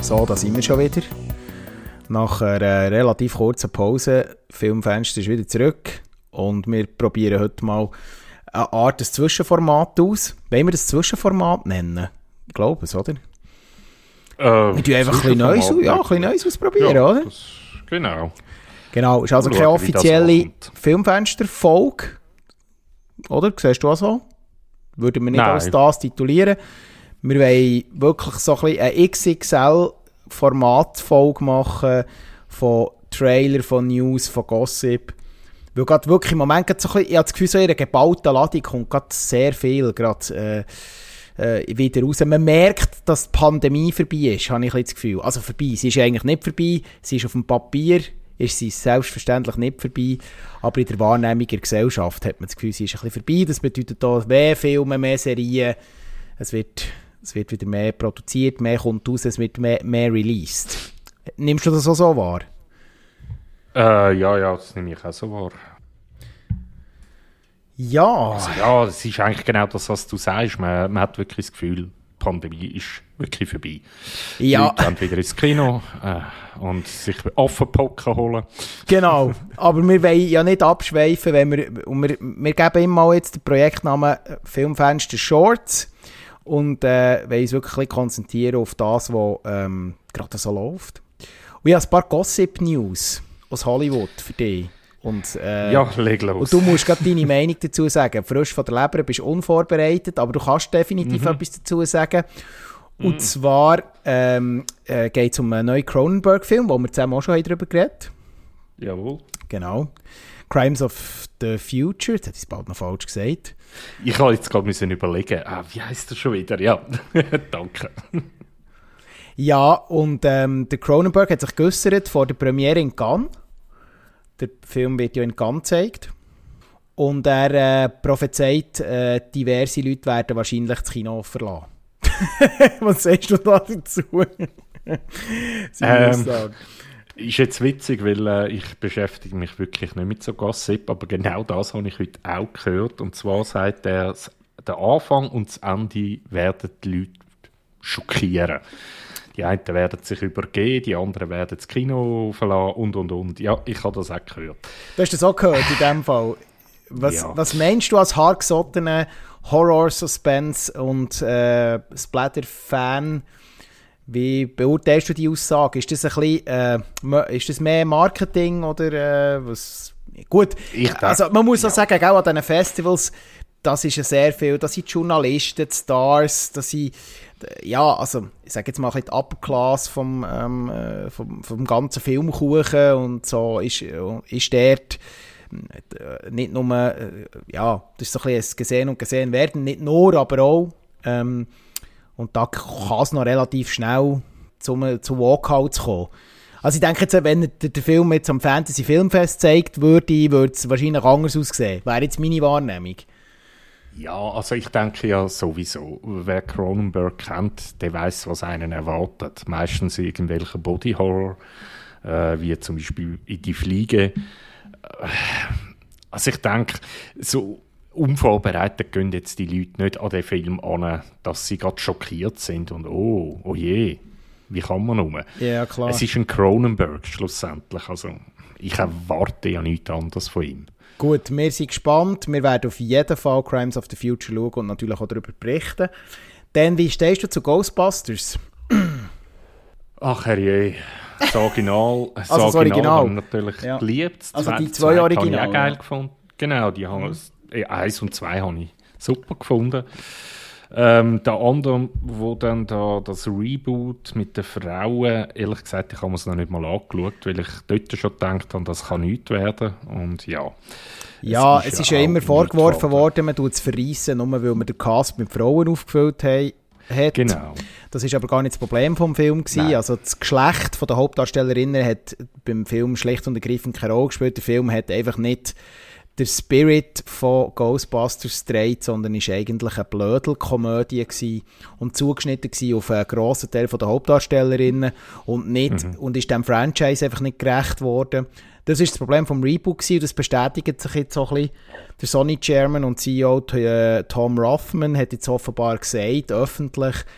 So, da sind wir schon wieder. Nach einer relativ kurzen Pause, Filmfenster ist wieder zurück und wir probieren heute mal eine Art des Zwischenformat aus. Wollen wir das Zwischenformat nennen? Ich glaube es, oder? Wir tun einfach ein bisschen Neues ausprobieren, oder? Genau. Genau, ist also keine offizielle Filmfenster-Folge, oder? Siehst du auch so? Würden wir nicht als das titulieren. Wir wollen wirklich so ein bisschen eine XXL-Formatfolge machen von Trailer, von News, von Gossip. Weil gerade wirklich im Moment so ein bisschen, ich habe das Gefühl, so in einer gebauten Ladung kommt gerade sehr viel wieder raus. Man merkt, dass die Pandemie vorbei ist, habe ich das Gefühl. Also vorbei, sie ist eigentlich nicht vorbei, sie ist auf dem Papier, ist sie selbstverständlich nicht vorbei, aber in der Wahrnehmung der Gesellschaft hat man das Gefühl, sie ist ein bisschen vorbei. Das bedeutet auch mehr Filme, mehr Serien, es wird wieder mehr produziert, mehr kommt raus, es wird mehr released. Nimmst du das auch so wahr? Ja, das nehme ich auch so wahr. Ja. Also, ja, das ist eigentlich genau das, was du sagst. Man hat wirklich das Gefühl, die Pandemie ist wirklich vorbei. Ja. Die Leute gehen wieder ins Kino und sich Affenpocken holen. Genau, aber wir wollen ja nicht abschweifen, wenn wir geben immer mal jetzt den Projektnamen Filmfenster Shorts und wollen uns wirklich ein bisschen konzentrieren auf das, was gerade so läuft. Und ich habe ein paar Gossip-News aus Hollywood für dich. Und, ja, leg los. Und du musst gerade deine Meinung dazu sagen. Frisch von der Leber, bist unvorbereitet, aber du kannst definitiv etwas dazu sagen. Und zwar geht es um einen neuen Cronenberg-Film, wo wir zusammen auch schon darüber geredet haben. Jawohl. Genau. Crimes of the Future, jetzt hätte ich es bald noch falsch gesagt. Ich habe jetzt gerade überlegen, wie heisst das schon wieder? Ja, danke. Ja, und der Cronenberg hat sich geäussert vor der Premiere in Cannes. Der Film wird ja in Cannes gezeigt. Und er prophezeit, diverse Leute werden wahrscheinlich das Kino verlassen. Was sagst du da dazu? Ist jetzt witzig, weil ich beschäftige mich wirklich nicht mit so Gossip, aber genau das habe ich heute auch gehört. Und zwar sagt er, der Anfang und das Ende werden die Leute schockieren. Die einen werden sich übergeben, die anderen werden das Kino verlassen und. Ja, ich habe das auch gehört. Du hast das auch gehört in dem Fall. Was meinst du als hartgesottenen Horror-Suspense und Splatter-Fan? Wie beurteilst du die Aussage? Ist das ein bisschen, ist das mehr Marketing oder was? Gut, also man muss auch sagen, auch an diesen Festivals, das ist ja sehr viel, das sind Journalisten, die Stars, das sind, ja, also ich sage jetzt mal ein bisschen die Upper Class vom ganzen Filmkuchen und so ist dort nicht nur, ja, das ist so ein bisschen gesehen und gesehen werden, nicht nur, aber auch, und da kann es noch relativ schnell zu Walkouts kommen. Also ich denke jetzt, wenn der Film jetzt am Fantasy Filmfest zeigt würde es wahrscheinlich anders aussehen. Wäre jetzt meine Wahrnehmung. Ja, also ich denke ja sowieso, wer Cronenberg kennt, der weiß, was einen erwartet. Meistens irgendwelche Body-Horror, wie zum Beispiel in «Die Fliege». Also ich denke, so unvorbereitet gehen jetzt die Leute nicht an den Film an, dass sie gerade schockiert sind und oh je, wie kann man nur? Ja, klar. Es ist ein Cronenberg schlussendlich, also ich erwarte ja nichts anderes von ihm. Gut, wir sind gespannt. Wir werden auf jeden Fall Crimes of the Future schauen und natürlich auch darüber berichten. Dann, wie stehst du zu Ghostbusters? Ach herrje, das Original, das Original habe ich natürlich geliebt. Also die zwei Original. Habe ich auch geil gefunden. Genau, die haben 1 und 2 habe ich super gefunden. Der andere, wo dann da das Reboot mit den Frauen, ehrlich gesagt, ich habe mir es noch nicht mal angeschaut, weil ich dort schon gedacht habe, das kann nichts werden. Und ja. Ja, es ist ja immer vorgeworfen worden, man tut es verreissen, nur weil man den Cast mit Frauen aufgefüllt hat. Genau. Das war aber gar nicht das Problem vom Film gewesen. Also das Geschlecht der Hauptdarstellerinnen hat beim Film schlicht und ergreifend keine Rolle gespielt. Der Film hat einfach nicht der Spirit von Ghostbusters dreht, sondern ist eigentlich eine Blödelkomödie gewesen und zugeschnitten gewesen auf einen grossen Teil der Hauptdarstellerinnen und nicht, und ist dem Franchise einfach nicht gerecht worden. Das ist das Problem vom Reboot gewesen, und das bestätigt sich jetzt so ein bisschen. Der Sony-Chairman und CEO Tom Rothman hat jetzt offenbar gesagt, öffentlich,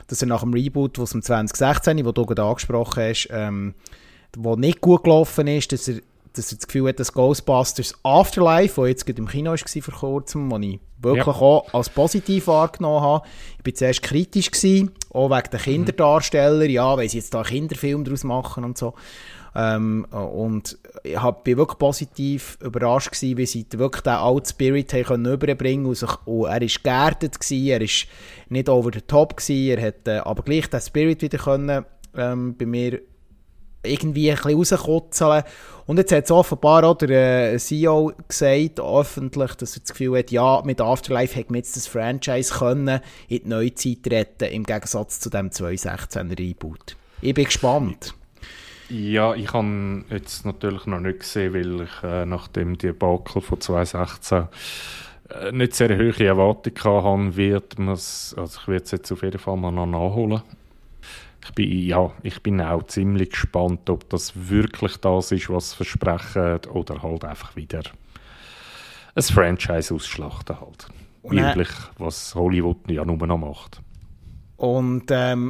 dass er nach dem Reboot, was im 2016, wo du gerade angesprochen hast, wo nicht gut gelaufen ist, dass er das Gefühl hat, dass Ghostbusters Afterlife, das jetzt gerade im Kino war vor kurzem, das ich wirklich auch als positiv wahrgenommen habe. Ich war zuerst kritisch gewesen, auch wegen der Kinderdarsteller, weil sie jetzt da einen Kinderfilm daraus machen und so. Und ich bin wirklich positiv überrascht gewesen, wie sie wirklich den alten Spirit überbringen können. Und er war geerdet gewesen, er war nicht over the top gewesen, er hat aber gleich den Spirit wieder können, bei mir irgendwie ein bisschen rauskutzeln. Und jetzt hat es offenbar auch der CEO gesagt, öffentlich, dass er das Gefühl hat, mit Afterlife hätte man jetzt das Franchise können in die Neuzeit retten, im Gegensatz zu dem 2016er Reboot. Ich bin gespannt. Ja, ich habe jetzt natürlich noch nicht gesehen, weil ich nach dem Debakel von 2016 nicht sehr hohe Erwartungen habe, ich werde es jetzt auf jeden Fall mal noch nachholen. Ich bin auch ziemlich gespannt, ob das wirklich das ist, was sie versprechen, oder halt einfach wieder ein Franchise ausschlachten halt. Wie üblich, was Hollywood ja nur noch macht. Und dann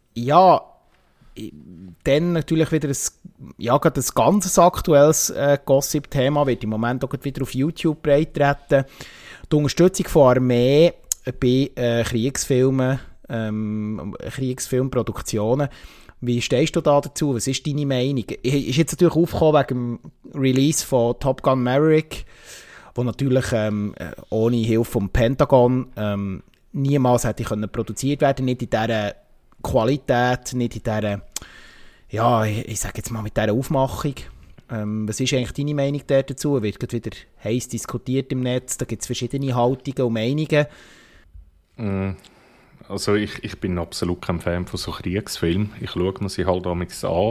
natürlich wieder ein ganz aktuelles Gossip-Thema, wird im Moment auch wieder auf YouTube breit treten. Die Unterstützung von Armee bei Kriegsfilmproduktionen. Wie stehst du da dazu? Was ist deine Meinung? Ist jetzt natürlich aufgekommen wegen dem Release von Top Gun Maverick, wo natürlich ohne Hilfe vom Pentagon niemals hätte produziert werden, nicht in dieser Qualität, nicht in dieser, ich sage jetzt mal mit dieser Aufmachung. Was ist eigentlich deine Meinung dazu? Wird gerade wieder heiß diskutiert im Netz, da gibt es verschiedene Haltungen und Meinungen. Also ich bin absolut kein Fan von so Kriegsfilmen. Ich schaue mir sie halt damals an,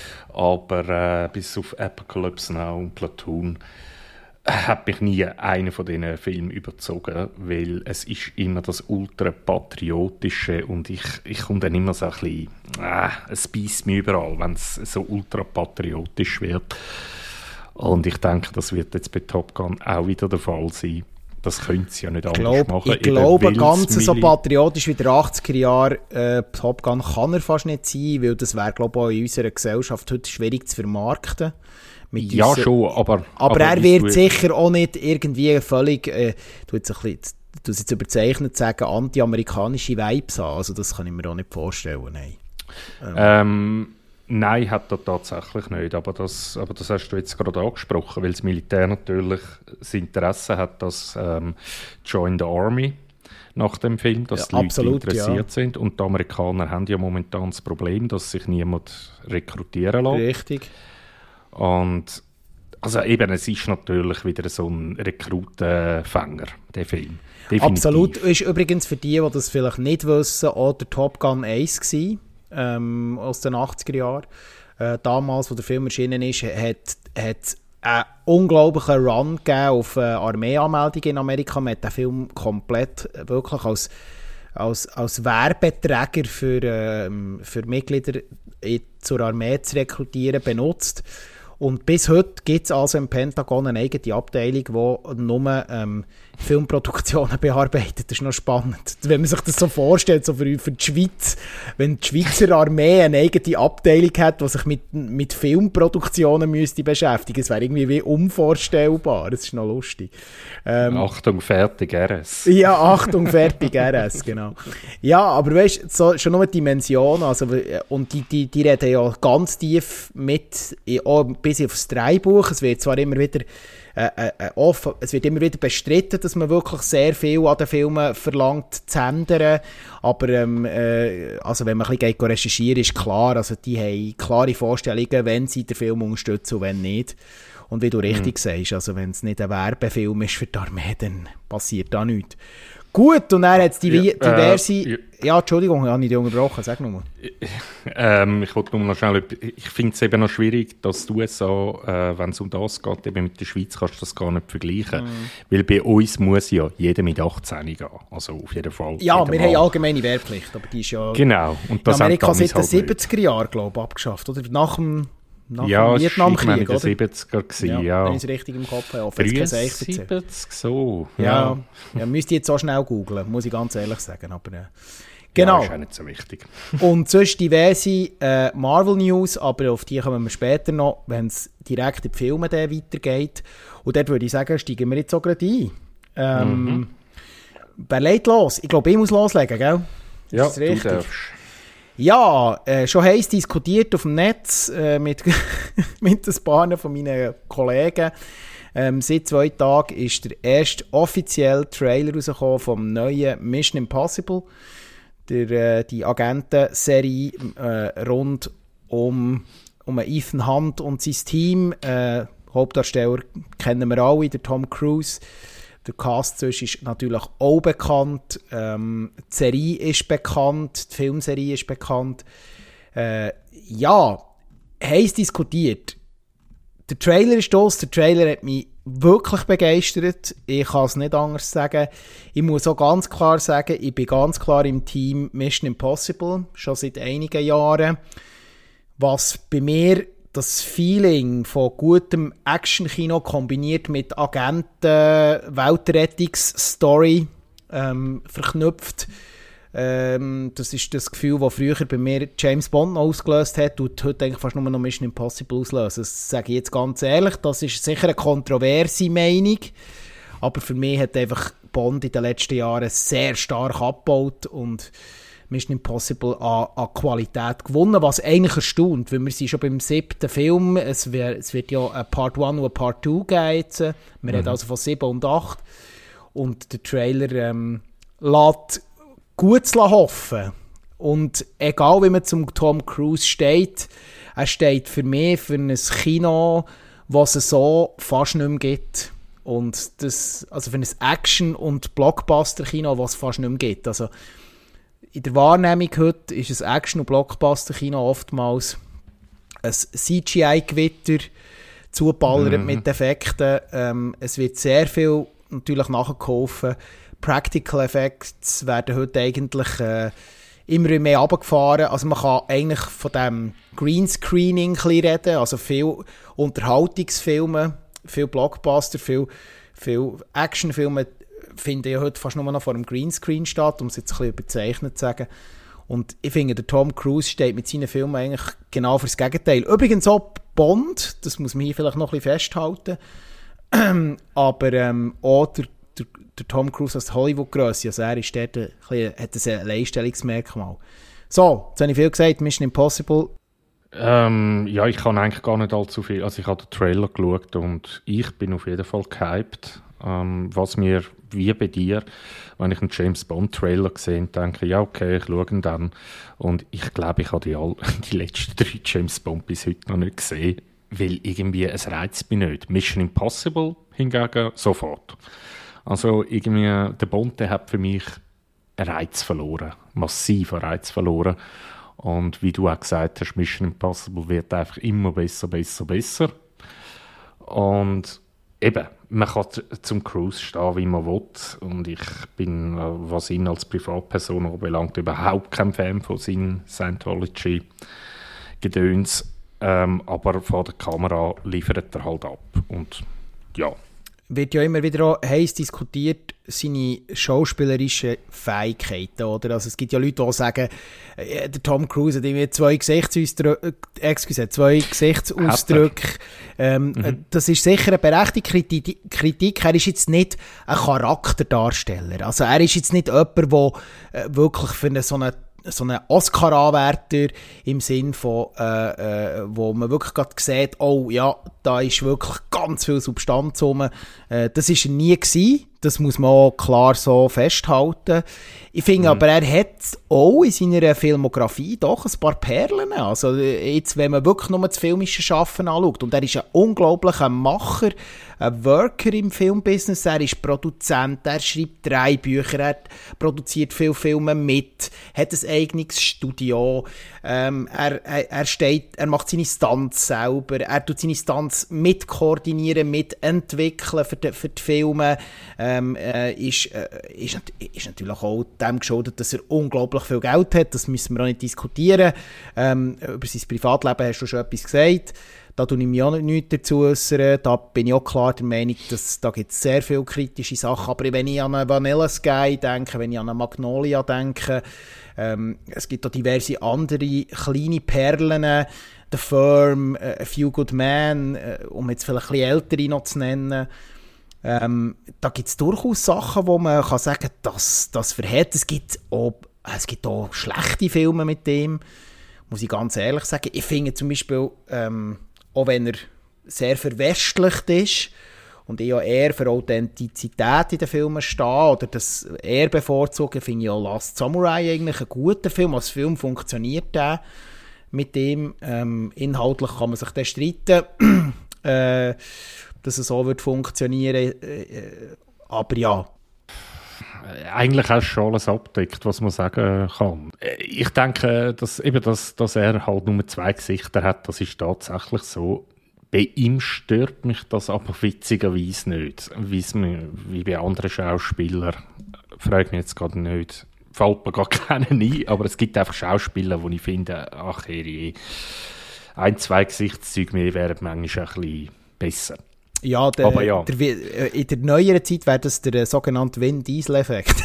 aber bis auf Apocalypse Now und Platoon hat mich nie einer von diesen Filmen überzogen, weil es ist immer das ultra-patriotische und ich komme dann immer so ein bisschen, es beißt mich überall, wenn es so ultra-patriotisch wird. Und ich denke, das wird jetzt bei Top Gun auch wieder der Fall sein. Das können sie ja nicht anders machen. Ich glaube, ganz so patriotisch wie der 80er-Jahre Top Gun kann er fast nicht sein, weil das wäre, glaube ich, auch in unserer Gesellschaft heute schwierig zu vermarkten. Ja, schon, aber er wird sicher auch nicht irgendwie völlig, du jetzt überzeichnet sagen, anti-amerikanische Vibes haben. Also das kann ich mir auch nicht vorstellen, nein. Nein, hat er tatsächlich nicht, aber das hast du jetzt gerade angesprochen, weil das Militär natürlich das Interesse hat, dass Join the Army nach dem Film, dass die Leute interessiert sind, und die Amerikaner haben ja momentan das Problem, dass sich niemand rekrutieren lässt. Richtig. Und also eben, es ist natürlich wieder so ein Rekrutenfänger, der Film. Definitiv. Absolut. Ist übrigens für die das vielleicht nicht wissen, auch der Top Gun 1 gewesen. Aus den 80er Jahren. Damals, als der Film erschienen ist, hat einen unglaublichen Run gegeben auf Armeeanmeldungen in Amerika. Man hat den Film komplett wirklich als Werbeträger für Mitglieder zur Armee zu rekrutieren benutzt. Und bis heute gibt es also im Pentagon eine eigene Abteilung, die nur Filmproduktionen bearbeitet. Das ist noch spannend. Wenn man sich das so vorstellt, so für die Schweiz, wenn die Schweizer Armee eine eigene Abteilung hat, die sich mit Filmproduktionen müsste beschäftigen, das wäre irgendwie wie unvorstellbar. Das ist noch lustig. Achtung, fertig, RS. Ja, Achtung, fertig, RS, genau. Ja, aber weißt du, so, schon nur die Dimension, also, und die reden ja ganz tief mit, bis aufs Drehbuch. Es wird zwar immer wieder es wird immer wieder bestritten, dass man wirklich sehr viel an den Filmen verlangt zu ändern, aber also wenn man ein bisschen recherchieren, ist klar, also die haben klare Vorstellungen, wenn sie den Film unterstützen und wenn nicht. Und wie du richtig sagst, also wenn es nicht ein Werbefilm ist für die Armee, dann passiert da nichts. Gut, und dann hat es diverse... Ja, Entschuldigung, ich habe dich unterbrochen, sag nochmal. Ich wollte nur noch schnell... Ich finde es eben noch schwierig, dass die USA, wenn es um das geht, eben mit der Schweiz, kannst du das gar nicht vergleichen. Weil bei uns muss ja jeder mit 18 gehen. Also auf jeden Fall. Ja, wir haben allgemeine Wehrpflicht, aber die ist ja... Genau. Und das in Amerika seit den 70er Jahren, glaube ich, abgeschafft. Oder nach dem Vietnamkrieg, oder? 70er gewesen, ja. Wenn ich es richtig im Kopf habe. 73 so, ja. Müsste ich jetzt so schnell googlen, muss ich ganz ehrlich sagen. Aber Genau. Ja, ist auch nicht so wichtig. Und sonst diverse Marvel-News, aber auf die kommen wir später noch, wenn es direkt in die Filme weitergeht. Und dort würde ich sagen, steigen wir jetzt auch gerade ein. Wer legt los? Ich glaube, ich muss loslegen, gell? Ja, du darfst. Ja, schon heiß diskutiert auf dem Netz mit ein paar von meinen Kollegen. Seit 2 Tagen ist der erste offizielle Trailer rausgekommen vom neuen Mission Impossible. Die Agentenserie rund um Ethan Hunt und sein Team. Hauptdarsteller kennen wir alle, der Tom Cruise. Der Cast ist natürlich auch bekannt. Die Serie ist bekannt, die Filmserie ist bekannt. Ja, heiß diskutiert. Der Trailer ist los, der Trailer hat mich wirklich begeistert. Ich kann es nicht anders sagen. Ich muss auch ganz klar sagen, ich bin ganz klar im Team Mission Impossible, schon seit einigen Jahren. Was bei mir das Feeling von gutem Action-Kino kombiniert mit Agenten-Weltrettungsstory verknüpft. Das ist das Gefühl, das früher bei mir James Bond ausgelöst hat und heute eigentlich fast nur noch Mission Impossible auslöst. Das sage ich jetzt ganz ehrlich, das ist sicher eine kontroverse Meinung, aber für mich hat einfach Bond in den letzten Jahren sehr stark abgebaut und Mission Impossible an Qualität gewonnen, was eigentlich erstaunt, weil wir sind schon beim 7. Film, es wird ja ein Part 1 und ein Part 2 geben jetzt. Wir reden also von 7 und 8 und der Trailer lässt gut zu hoffen. Und egal wie man zum Tom Cruise steht, er steht für mich für ein Kino, was es so fast nicht mehr gibt. Und das, also für ein Action- und Blockbuster-Kino, was es fast nicht mehr gibt. Also in der Wahrnehmung heute ist ein Action- und Blockbuster-Kino oftmals ein CGI-Gewitter, zugeballert mit Effekten. Es wird sehr viel natürlich nachgekauft. Practical Effects werden heute eigentlich immer mehr runtergefahren. Also man kann eigentlich von dem Greenscreening reden, also viel Unterhaltungsfilme, viel Blockbuster, viel Actionfilme finden ja heute fast nur noch vor dem Greenscreen statt, um es jetzt ein bisschen überzeichnet zu sagen. Und ich finde, der Tom Cruise steht mit seinen Filmen eigentlich genau fürs Gegenteil. Übrigens auch Bond, das muss man hier vielleicht noch ein bisschen festhalten, aber auch der Tom Cruise als Hollywood-Grösse, also er ist dort hat ein Alleinstellungsmerkmal. So, jetzt habe ich viel gesagt, Mission Impossible. Ja, ich kann eigentlich gar nicht allzu viel. Also ich habe den Trailer geschaut und ich bin auf jeden Fall gehypt. Was mir, wie bei dir, wenn ich einen James-Bond-Trailer sehe, denke ich, ja okay, ich schaue ihn dann. Und ich glaube, ich habe die letzten 3 James-Bond bis heute noch nicht gesehen, weil irgendwie, es reizt mich nicht. Mission Impossible hingegen sofort. Also irgendwie, der Bond, der hat für mich einen Reiz verloren, massiven Reiz verloren. Und wie du auch gesagt hast, Mission Impossible wird einfach immer besser. Und eben, man kann zum Cruise stehen, wie man will. Und ich bin, was ihn als Privatperson anbelangt, überhaupt kein Fan von seinen Scientology-Gedöns. Aber vor der Kamera liefert er halt ab. Und ja. Wird ja immer wieder auch heiß diskutiert, seine schauspielerischen Fähigkeiten, oder? Also es gibt ja Leute, die sagen, der Tom Cruise hat irgendwie 2 Gesichtsausdrücke. Das ist sicher eine berechtigte Kritik. Er ist jetzt nicht ein Charakterdarsteller. Also er ist jetzt nicht jemand, der wirklich für so einen Oscar-Anwärter im Sinn von, wo man wirklich gerade sieht, oh ja, da ist wirklich ganz viel Substanz rum. Das war er nie gewesen. Das muss man auch klar so festhalten. Ich finde aber, er hat auch in seiner Filmografie doch ein paar Perlen. Also jetzt, wenn man wirklich nur das filmische Schaffen anschaut, und er ist ein unglaublicher Macher, ein Worker im Filmbusiness, er ist Produzent, er schreibt 3 Bücher, er produziert viele Filme mit, hat ein eigenes Studio, er macht seine Stunts selber, er tut seine Stunts mitkoordinieren, mitentwickeln für die Filme, ist natürlich auch dem geschuldet, dass er unglaublich viel Geld hat, das müssen wir auch nicht diskutieren. Über sein Privatleben hast du schon etwas gesagt. Da tue ich mich auch nicht dazu äußern. Da bin ich auch klar der Meinung, dass da gibt es sehr viele kritische Sachen. Aber wenn ich an eine Vanilla Sky denke, wenn ich an eine Magnolia denke, es gibt auch diverse andere kleine Perlen, The Firm, A Few Good Men, um jetzt vielleicht ein bisschen ältere noch zu nennen. Da gibt es durchaus Sachen, wo man kann sagen kann, das verhält. Es gibt auch schlechte Filme mit dem, muss ich ganz ehrlich sagen. Ich finde zum Beispiel, auch wenn er sehr verwestlicht ist und ich auch eher für Authentizität in den Filmen stehe oder das eher bevorzuge, finde ich auch Last Samurai eigentlich ein guter Film. Als Film funktioniert der mit dem. Inhaltlich kann man sich dann streiten, dass es so wird funktionieren. Aber ja. Eigentlich hast du schon alles abgedeckt, was man sagen kann. Ich denke, dass er halt nur 2 Gesichter hat, das ist tatsächlich so. Bei ihm stört mich das aber witzigerweise nicht. Wie bei anderen Schauspielern. Frage mich jetzt gerade nicht. Fällt mir gar keinen ein, aber es gibt einfach Schauspieler, wo ich finde, ach je, 1, 2 Gesichtszüge mehr wären manchmal ein bisschen besser. Ja, in der neueren Zeit wäre das der sogenannte Vin Diesel-Effekt.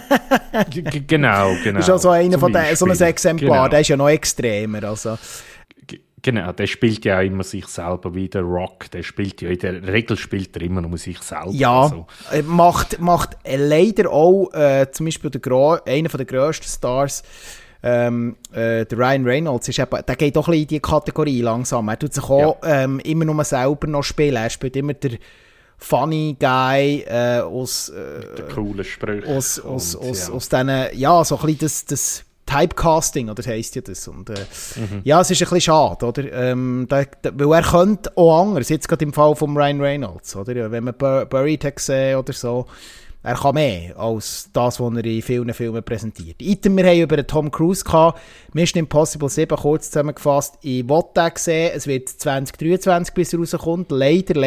Genau. Das ist auch so einer von so ein Exemplar, genau. Der ist ja noch extremer. Also. Genau, der spielt ja auch immer sich selber wie der Rock. Der spielt ja in der Regel immer nur sich selber. Ja, also. macht leider auch zum Beispiel einer der grössten Stars, der Ryan Reynolds, der geht auch ein bisschen in diese Kategorie langsam. Er tut sich auch immer nur selber noch spielen. Er spielt immer der funny Guy aus der coolen Sprüche. Aus diesen, ja, so ein bisschen das Typecasting, oder heisst ja das. Und, ja, es ist ein bisschen schade, oder? Weil er könnte auch anders, jetzt gerade im Fall von Ryan Reynolds, oder? Wenn man Buried hat gesehen oder so, er kann mehr als das, was er in vielen Filmen präsentiert. Wir haben über Tom Cruise gehabt, Mission Impossible 7, kurz zusammengefasst, ich wollte den sehen, es wird 2023, bis er rauskommt, leider.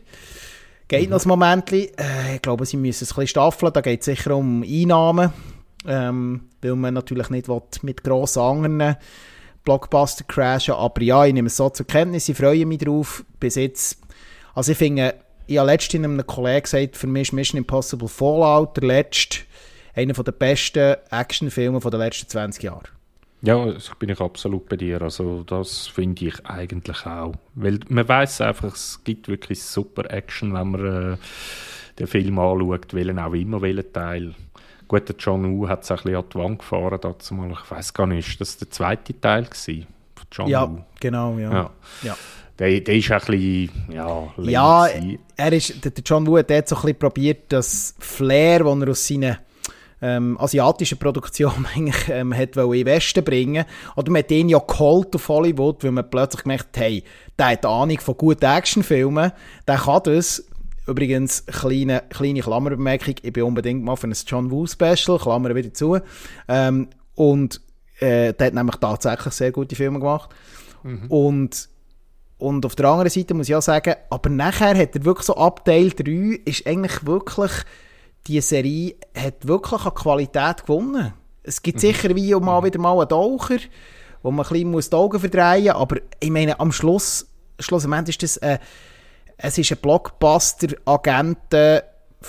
Geht noch ein Momentchen, ich glaube, sie müssen es ein bisschen staffeln, da geht es sicher um Einnahmen, weil man natürlich nicht mit grossen anderen Blockbuster crashen, aber ja, ich nehme es so zur Kenntnis, ich freue mich drauf, bis jetzt, also ich finde, ich habe letztens einem Kollegen gesagt, für mich ist Mission Impossible Fallout der letzte, einer der besten Actionfilme der letzten 20 Jahre. Ja, das bin ich absolut bei dir. Also das finde ich eigentlich auch. Weil man weiss einfach, es gibt wirklich super Action, wenn man den Film anschaut, welchen auch immer, welchen Teil. Gut, der John Woo hat es ein bisschen an die Wand gefahren dazu mal. Ich weiss gar nicht, ist das der zweite Teil gewesen? Von John Woo? Ja, genau, ja. Der ist ein bisschen, ja, der John Woo hat so ein bisschen probiert, das Flair, das er aus seinen asiatischen Produktionen eigentlich hat in den Westen bringen. Oder man hat ihn ja geholt auf Hollywood, weil man plötzlich gemerkt hat, hey, der hat Ahnung von guten Actionfilmen, der kann das. Übrigens, kleine Klammerbemerkung, ich bin unbedingt mal für ein John Woo Special, Klammer wieder zu. Der hat nämlich tatsächlich sehr gute Filme gemacht. Und auf der anderen Seite muss ich auch sagen, aber nachher hat er wirklich so ab Teil 3 ist eigentlich wirklich, die Serie hat wirklich an Qualität gewonnen. Es gibt sicher wie wieder mal einen Taucher, wo man ein bisschen die Augen verdrehen muss, aber ich meine, am schlussendlich ist das es ist ein Blockbuster, Agenten,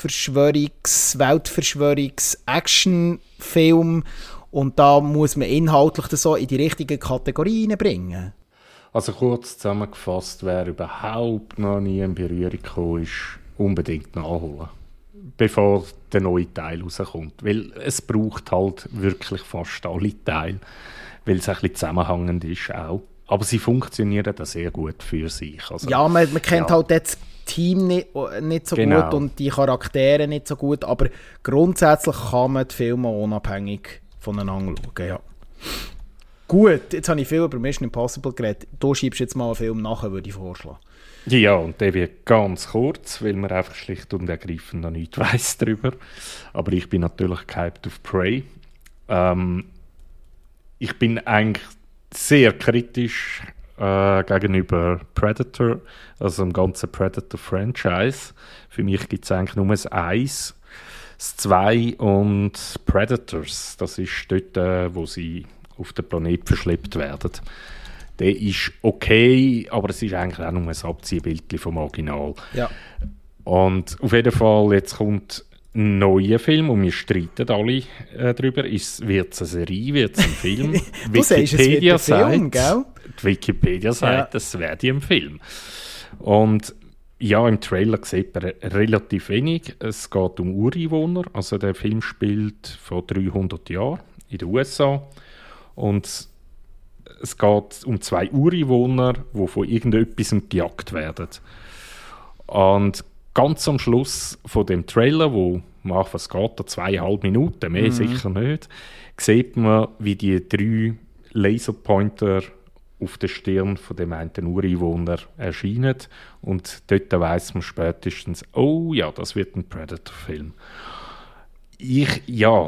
Weltverschwörungs-Action-Film und da muss man inhaltlich das so in die richtigen Kategorien bringen. Also kurz zusammengefasst, wer überhaupt noch nie in Berührung gekommen ist, unbedingt nachholen, bevor der neue Teil rauskommt. Weil es braucht halt wirklich fast alle Teile, weil es ein bisschen zusammenhängend ist auch. Aber sie funktionieren da sehr gut für sich. Also, ja, man kennt halt das Team nicht so gut und die Charaktere nicht so gut, aber grundsätzlich kann man die Filme unabhängig voneinander schauen, ja. Gut, jetzt habe ich viel über Mission Impossible geredet. Du schiebst jetzt mal einen Film nachher, würde ich vorschlagen. Ja, und der wird ganz kurz, weil man einfach schlicht und ergreifend noch nichts weiss darüber. Aber ich bin natürlich gehypt auf Prey. Ich bin eigentlich sehr kritisch gegenüber Predator, also dem ganzen Predator-Franchise. Für mich gibt es eigentlich nur das 1, das 2 und Predators. Das ist dort, wo sie auf den Planet verschleppt werden. Der ist okay, aber es ist eigentlich auch nur ein Abziehbild vom Original. Ja. Und auf jeden Fall, jetzt kommt ein neuer Film und wir streiten alle darüber. Wird es eine Serie, wird es ein Film? Wikipedia sagt, Film, gell? Die Wikipedia sagt, das werde ein Film. Und ja, im Trailer sieht man relativ wenig. Es geht um Ureinwohner. Also der Film spielt vor 300 Jahren in den USA. Und es geht um 2 Ureinwohner, die von irgendetwas gejagt werden. Und ganz am Schluss von dem Trailer, wo was geht da 2,5 Minuten, mehr sicher nicht, sieht man, wie die 3 Laserpointer auf der Stirn von dem einen Ureinwohner erscheinen. Und dort weiss man spätestens, oh ja, das wird ein Predator-Film. Ich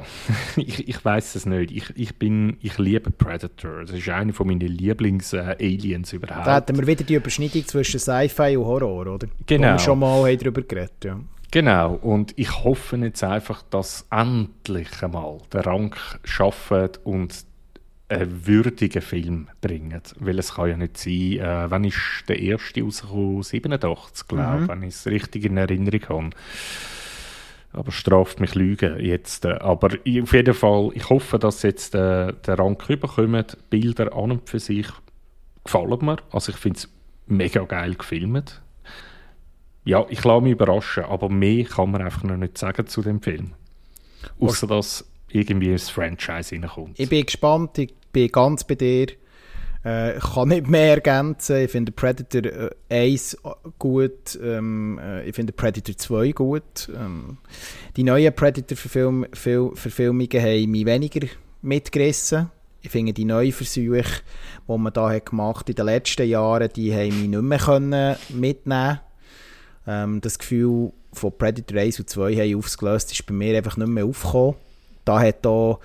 weiss es nicht. Ich liebe Predator. Das ist einer von meinen Lieblings-Aliens überhaupt. Da hatten wir wieder die Überschneidung zwischen Sci-Fi und Horror, oder? Genau. Wo wir schon mal darüber geredet haben. Ja. Genau. Und ich hoffe jetzt einfach, dass endlich einmal der Rank schafft und einen würdigen Film bringen. Weil es kann ja nicht sein, wann ist der erste rausgekommen? 87, glaube ich, wenn ich es richtig in Erinnerung habe. Aber straft mich Lügen jetzt. Aber auf jeden Fall, ich hoffe, dass jetzt der Rank rüberkommt. Bilder an und für sich gefallen mir. Also ich finde es mega geil gefilmt. Ja, ich lasse mich überraschen, aber mehr kann man einfach noch nicht sagen zu dem Film. Außer dass irgendwie ins Franchise reinkommt. Ich bin gespannt, ich bin ganz bei dir. Ich kann nicht mehr ergänzen. Ich finde Predator 1 gut. Ich finde Predator 2 gut. Die neuen Predator-Verfilmungen haben mich weniger mitgerissen. Ich finde die neuen Versuche, die man da gemacht hat in den letzten Jahren, die haben mich nicht mehr mitnehmen können. Das Gefühl von Predator 1 und 2 haben aufgelöst, ist bei mir einfach nicht mehr aufgekommen. Da hat auch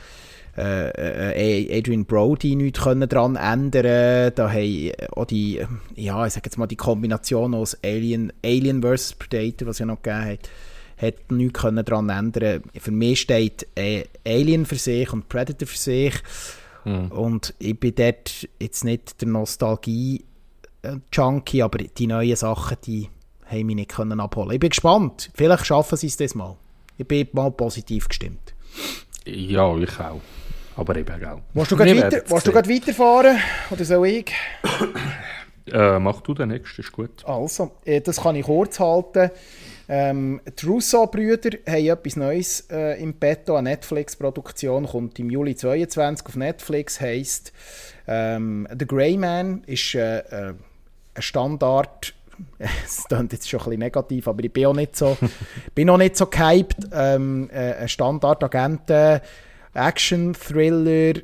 Adrian Brody nichts daran ändern. Da haben auch die, ich sage jetzt mal, die Kombination aus Alien vs. Predator, was es ja noch gegeben hat nichts daran ändern. Für mich steht Alien für sich und Predator für sich. Und ich bin dort jetzt nicht der Nostalgie-Junkie, aber die neuen Sachen, die haben mich nicht abholen. Ich bin gespannt. Vielleicht schaffen sie es das mal. Ich bin mal positiv gestimmt. Ja, ich auch. Aber eben auch. Willst du gerade weiterfahren? Oder soll ich? Mach du den nächsten, ist gut. Also, das kann ich kurz halten. Die Russo-Brüder haben etwas Neues im Petto. Eine Netflix-Produktion kommt im Juli 2022 auf Netflix. Heisst The Grey Man ist ein Standard. Es klingt jetzt schon ein bisschen negativ, aber ich bin auch nicht so, noch nicht so gehypt. Ein Standard-Agenten, Action-Thriller,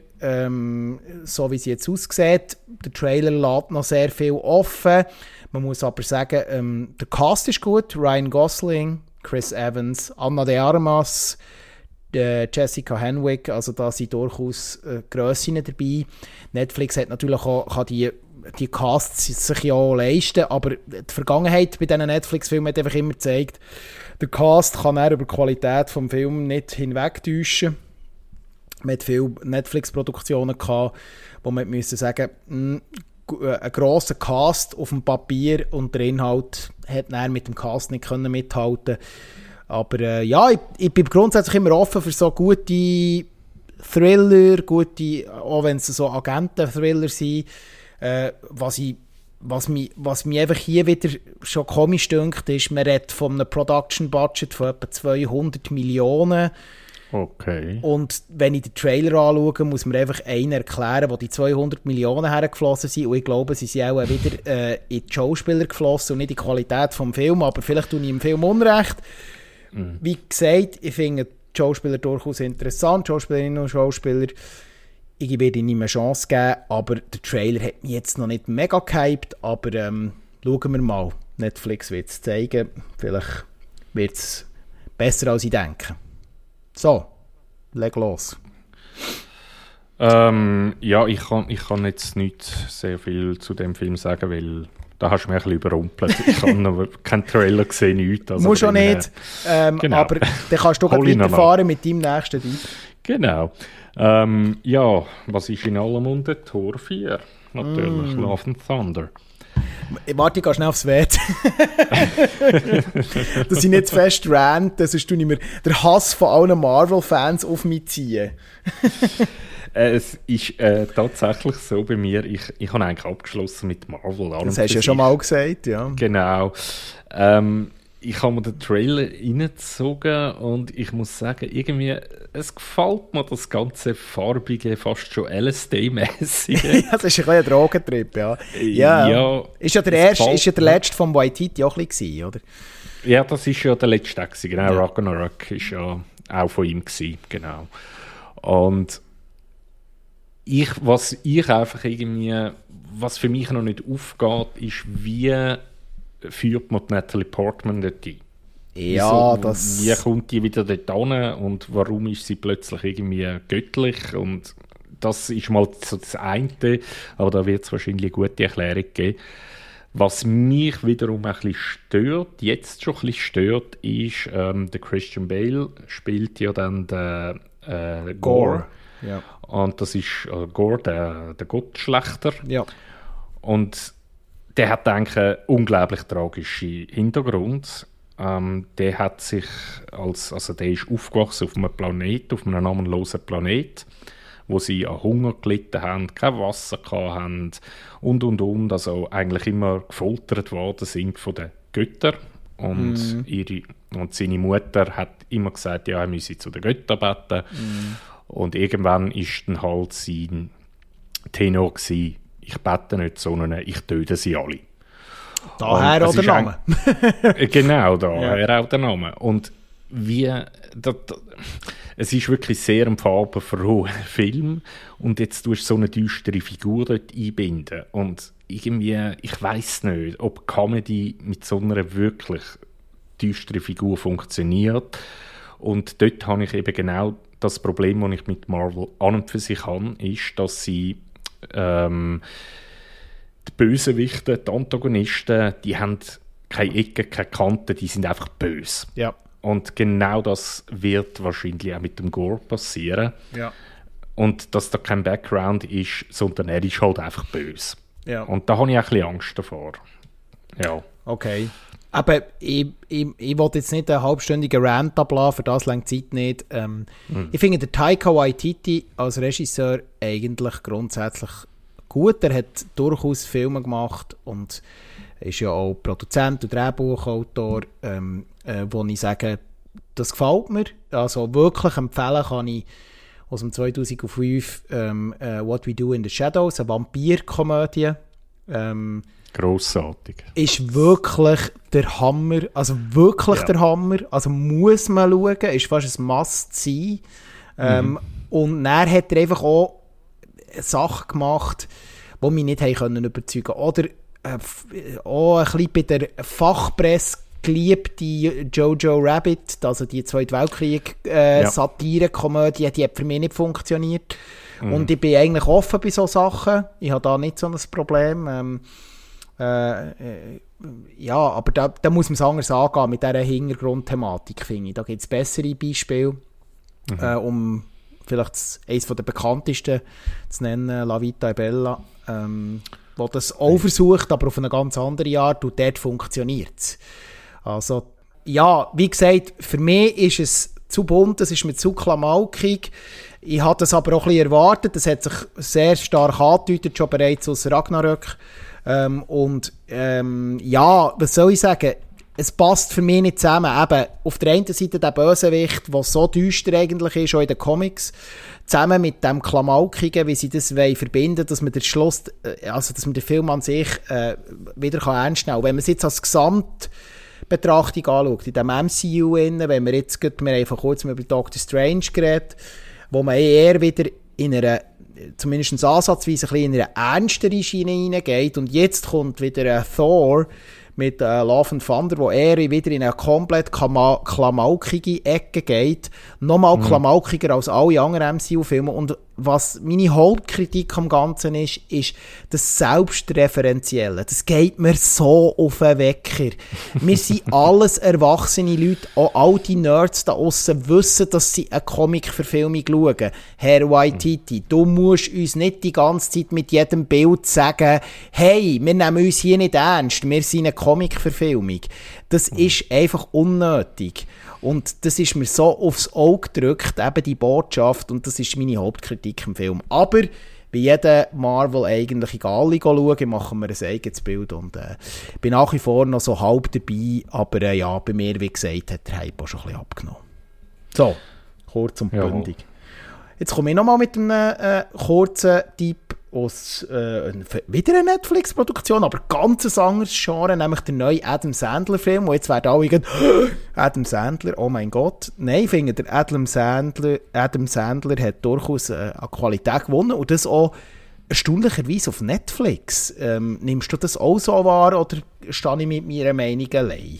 so wie sie jetzt aussieht. Der Trailer lässt noch sehr viel offen. Man muss aber sagen, der Cast ist gut. Ryan Gosling, Chris Evans, Ana de Armas, Jessica Henwick, also da sind durchaus Grössinnen dabei. Netflix hat natürlich auch, kann die Casts sich ja auch leisten, aber die Vergangenheit bei diesen Netflix-Filmen hat einfach immer gezeigt, der Cast kann er über die Qualität des Films nicht hinwegtäuschen. Man hat viele Netflix-Produktionen gehabt, wo man müssen sagen, ein grosser Cast auf dem Papier und der Inhalt hat dann mit dem Cast nicht mithalten. Aber ich bin grundsätzlich immer offen für so gute Thriller, auch wenn es so Agenten-Thriller sind. Was mich einfach hier wieder schon komisch dünkt, ist, man redet von einem Production-Budget von etwa 200 Millionen. Okay. Und wenn ich den Trailer anschaue, muss man einfach einen erklären, wo die 200 Millionen hergeflossen sind. Und ich glaube, sie sind auch wieder in die Schauspieler geflossen und nicht in die Qualität des Films. Aber vielleicht tue ich im Film Unrecht. Wie gesagt, ich finde die Schauspieler durchaus interessant, Schauspielerinnen und Schauspieler. Ich werde ihnen eine Chance geben, aber der Trailer hat mich jetzt noch nicht mega gehypt. Aber schauen wir mal. Netflix wird es zeigen. Vielleicht wird es besser, als ich denke. So, leg los. Ich kann jetzt nicht sehr viel zu dem Film sagen, weil da hast du mich ein bisschen überrumpelt. Ich habe noch keinen Trailer gesehen, nichts. Also muss schon nicht, genau. Aber dann kannst du weiterfahren mit deinem nächsten Typ. Genau. Was ist in aller Munde? Tor 4. natürlich. Love and Thunder. Warte, ich gehe schnell aufs WC. Dass ich nicht zu fest rante, sonst tue ich mir den Hass von allen Marvel-Fans auf mich ziehen. Es ist tatsächlich so bei mir, ich habe eigentlich abgeschlossen mit Marvel. Das hast du ja schon mal gesagt, ja. Genau. Ich habe mir den Trailer reingezogen und ich muss sagen, irgendwie, es gefällt mir das ganze farbige, fast schon LSD-mäßige. Ja, das ist ein Drogentrip, ja. Ja. Ist ja der letzte vom Waititi auch ein bisschen, oder? Ja, das ist ja der letzte gewesen, genau. Ja. Ragnarok ist ja auch von ihm gewesen, genau. Und was für mich noch nicht aufgeht, ist, wie führt man Natalie Portman dort ein? Ja, wie kommt die wieder dort hin und warum ist sie plötzlich irgendwie göttlich? Und das ist mal so das eine, aber da wird es wahrscheinlich eine gute Erklärung geben. Was mich wiederum ein bisschen stört, jetzt schon ein bisschen stört, ist, der Christian Bale spielt ja dann den Gore. Ja. Und das ist Gore, der Gottschlechter. Ja. Und der hat eigentlich einen unglaublich tragischen Hintergrund. Der hat sich der ist aufgewachsen auf einem Planet, auf einem namenlosen Planet, wo sie an Hunger gelitten haben, kein Wasser hatten und. Also eigentlich immer gefoltert worden sind von den Göttern. Und, seine Mutter hat immer gesagt, ja, er müsse zu den Göttern beten. Und irgendwann ist dann halt sein Tenor gewesen, ich bete nicht, sondern ich töte sie alle. Daher auch der Name. Genau, daher auch der Name. Und es ist wirklich sehr ein farbenfroher Film und jetzt tust du so eine düstere Figur dort einbinden. Und irgendwie, ich weiss nicht, ob Comedy mit so einer wirklich düsteren Figur funktioniert. Und dort habe ich eben genau das Problem, das ich mit Marvel an und für sich habe, ist, dass sie die Bösewichte, die Antagonisten, die haben keine Ecken, keine Kanten, die sind einfach böse. Ja. Und genau das wird wahrscheinlich auch mit dem Gore passieren. Ja. Und dass da kein Background ist, sondern er ist halt einfach böse. Ja. Und da habe ich auch ein bisschen Angst davor. Ja. Okay. Aber ich will jetzt nicht einen halbstündigen Rant ablassen, für das lange Zeit nicht. Ich finde der Taika Waititi als Regisseur eigentlich grundsätzlich gut. Er hat durchaus Filme gemacht und ist ja auch Produzent und Drehbuchautor, wo ich sage, das gefällt mir. Also wirklich empfehlen kann ich aus dem 2005 What We Do in the Shadows, eine Vampirkomödie. Grossartig. Ist wirklich der Hammer, also wirklich der Hammer, also muss man schauen, ist fast ein Must-See. Und dann hat er einfach auch Sachen gemacht, die mich nicht überzeugen konnten. Oder auch ein bisschen bei der Fachpresse geliebte Jojo Rabbit, also die Zweite Weltkrieg-Satire-Komödie, die hat für mich nicht funktioniert. Und ich bin eigentlich offen bei solchen Sachen. Ich habe da nicht so ein Problem. Ja, aber da muss man es anders angehen mit dieser Hintergrundthematik, finde ich. Da gibt es bessere Beispiele, um vielleicht eines der bekanntesten zu nennen, La Vita e Bella, wo das auch versucht, aber auf eine ganz andere Art, und dort funktioniert es. Also, ja, wie gesagt, für mich ist es zu bunt, es ist mir zu klamaukig. Ich hatte das aber auch ein bisschen erwartet, das hat sich sehr stark angedeutet, schon bereits aus Ragnarök. Ja, was soll ich sagen? Es passt für mich nicht zusammen. Eben, auf der einen Seite der Bösewicht, der so düster eigentlich ist, auch in den Comics, zusammen mit dem Klamaukigen, wie sie das verbinden wollen, dass man den Schluss, also dass man den Film an sich wieder ernst nehmen kann. Wenn man es jetzt als Gesamtbetrachtung anschaut, in dem MCU, wenn wir jetzt wir einfach kurz über Doctor Strange geredet, wo man eher wieder in einer, zumindest ansatzweise ein bisschen in eine ernstere Schiene hineingeht, und jetzt kommt wieder ein Thor mit Love and Thunder, wo er wieder in eine komplett klamaukige Ecke geht, nochmal klamaukiger als alle anderen MCU-Filme, und was meine Hauptkritik am Ganzen ist das Selbstreferenzielle. Das geht mir so auf den Wecker. Wir sind alles erwachsene Leute, auch all die Nerds da aussen wissen, dass sie eine Comic-Verfilmung schauen. Herr Waititi, du musst uns nicht die ganze Zeit mit jedem Bild sagen, hey, wir nehmen uns hier nicht ernst, wir sind eine Comic-Verfilmung. Das ist einfach unnötig. Und das ist mir so aufs Auge gedrückt, eben die Botschaft, und das ist meine Hauptkritik im Film. Aber bei jedem Marvel eigentlich egal, schauen, machen wir ein eigenes Bild und bin nach wie vor noch so halb dabei, aber ja, bei mir, wie gesagt, hat der Hype auch schon ein bisschen abgenommen. So, kurz und bündig. Jetzt komme ich nochmal mit einem kurzen Tipp aus wieder eine Netflix-Produktion, aber ganz ein anderes Genre, nämlich der neue Adam Sandler-Film, wo jetzt werden alle gehen, Adam Sandler, oh mein Gott. Nein, ich finde, der Adam Sandler hat durchaus an Qualität gewonnen und das auch erstaunlicherweise auf Netflix. Nimmst du das auch so wahr oder stehe ich mit meiner Meinung allein?